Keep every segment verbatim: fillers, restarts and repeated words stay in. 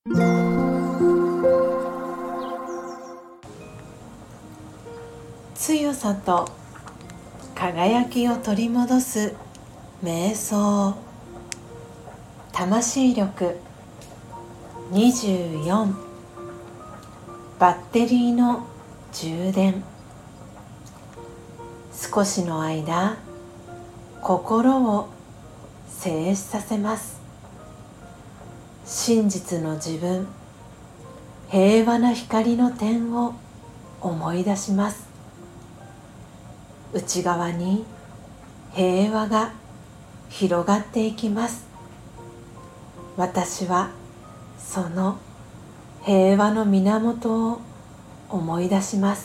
強さと輝きを取り戻す瞑想。魂力にじゅうよん。バッテリーの充電。少しの間、心を静止させます。真実の自分、平和な光の点を思い出します。内側に平和が広がっていきます。私はその平和の源を思い出します。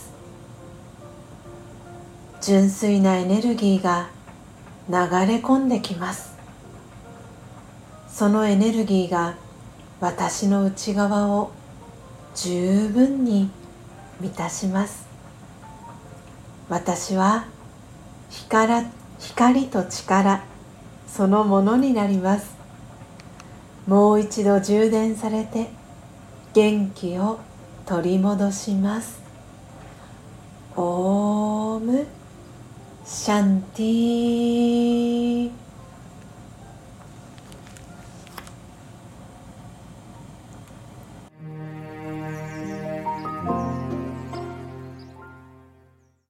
純粋なエネルギーが流れ込んできます。そのエネルギーが私の内側を十分に満たします。私は光、光と力そのものになります。もう一度充電されて元気を取り戻します。オームシャンティー。